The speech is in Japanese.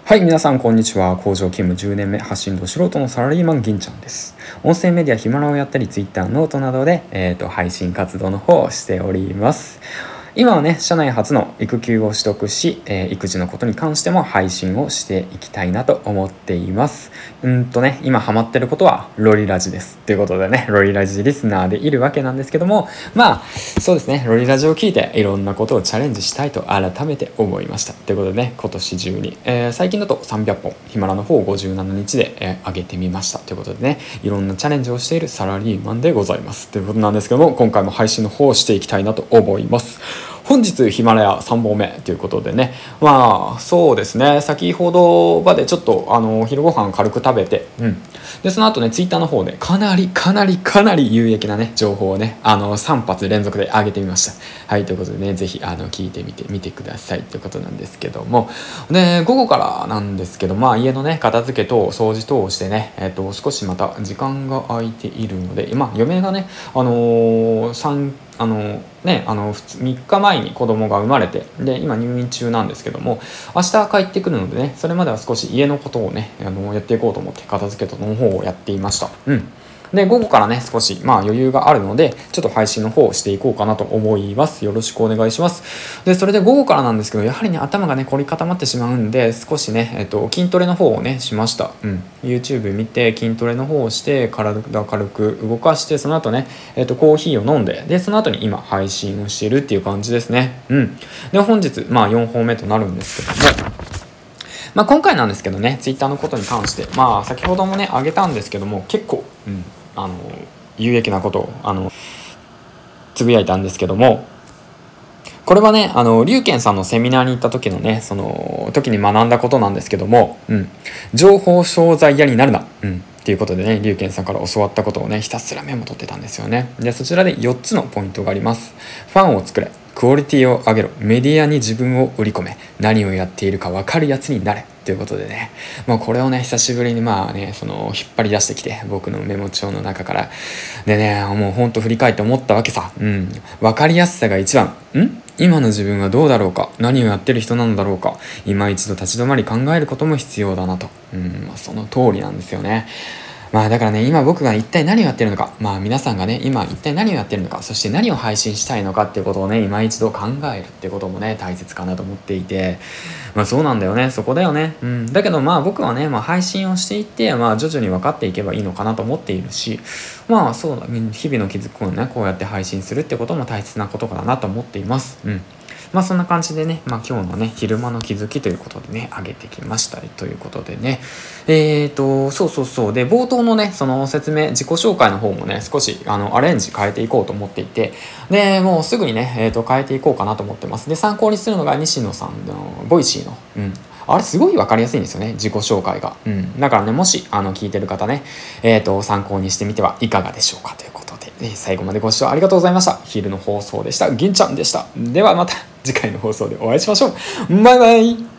はい、皆さんこんにちは。工場勤務10年目、発信ど素人のサラリーマン銀ちゃんです。音声メディアヒマラをやったり、Twitter、ノートなどで、配信活動の方をしております。今はね、社内初の育休を取得し、育児のことに関しても配信をしていきたいなと思っています。今ハマってることはロリラジです。ということでね、ロリラジリスナーでいるわけなんですけども、そうですね、ロリラジを聞いていろんなことをチャレンジしたいと改めて思いました。ということでね、今年中に、最近だと300本、ヒマラの方を57日で、上げてみました。ということでね、いろんなチャレンジをしているサラリーマンでございます。ということなんですけども、今回も配信の方をしていきたいなと思います。本日ヒマラヤ3本目ということでね、そうですね、先ほどまでちょっと昼ご飯軽く食べて、でその後ね、ツイッターの方でかなり有益なね情報をね3発連続で上げてみました。はい、ということでね、ぜひ聞いてみてくださいということなんですけども、で午後からなんですけど、家のね片付けと掃除等をしてね、少しまた時間が空いているので、嫁がね3日前に子供が生まれて、で今入院中なんですけども、明日帰ってくるのでね、それまでは少し家のことをねやっていこうと思って片付けの方をやっていました。で午後からね少し余裕があるので、ちょっと配信の方をしていこうかなと思います。よろしくお願いします。でそれで午後からなんですけど、やはりね頭がね凝り固まってしまうんで、少しね筋トレの方をねしました。YouTube 見て筋トレの方をして体軽く動かして、その後ねコーヒーを飲んで、でその後に今配信をしているっていう感じですね。で本日4本目となるんですけども、今回なんですけどね、ツイッターのことに関して、先ほどもね挙げたんですけども、結構、有益なことをつぶやいたんですけども、これはね龍賢さんのセミナーに行った時のね、その時に学んだことなんですけども、情報商材屋になるな、っていうことでね、龍賢さんから教わったことをねひたすらメモ取ってたんですよね。でそちらで4つのポイントがあります。ファンを作れ、クオリティを上げろ、メディアに自分を売り込め、何をやっているか分かるやつになれということでね、これをね久しぶりにその引っ張り出してきて、僕のメモ帳の中からでね、もうほんと振り返って思ったわけさ。分かりやすさが一番。今の自分はどうだろうか、何をやってる人なのだろうか、今一度立ち止まり考えることも必要だなと。その通りなんですよね。だからね、今僕が一体何をやってるのか、皆さんがね今一体何をやってるのか、そして何を配信したいのかっていうことをね今一度考えるってこともね大切かなと思っていて、そうなんだよね、そこだよね。だけど僕はね配信をしていって徐々に分かっていけばいいのかなと思っているし、そうだ、日々の気づきをねこうやって配信するってことも大切なことかなと思っています。そんな感じでね、今日のね昼間の気づきということでね上げてきましたということでね、そうで冒頭のねその説明、自己紹介の方もね少しアレンジ変えていこうと思っていて、でもうすぐにね変えていこうかなと思ってます。で参考にするのが西野さんのボイシーのあれすごい分かりやすいんですよね、自己紹介が。だからね、もし聞いてる方ね参考にしてみてはいかがでしょうかということで、最後までご視聴ありがとうございました。昼の放送でした。銀ちゃんでした。ではまた次回の放送でお会いしましょう。バイバイ。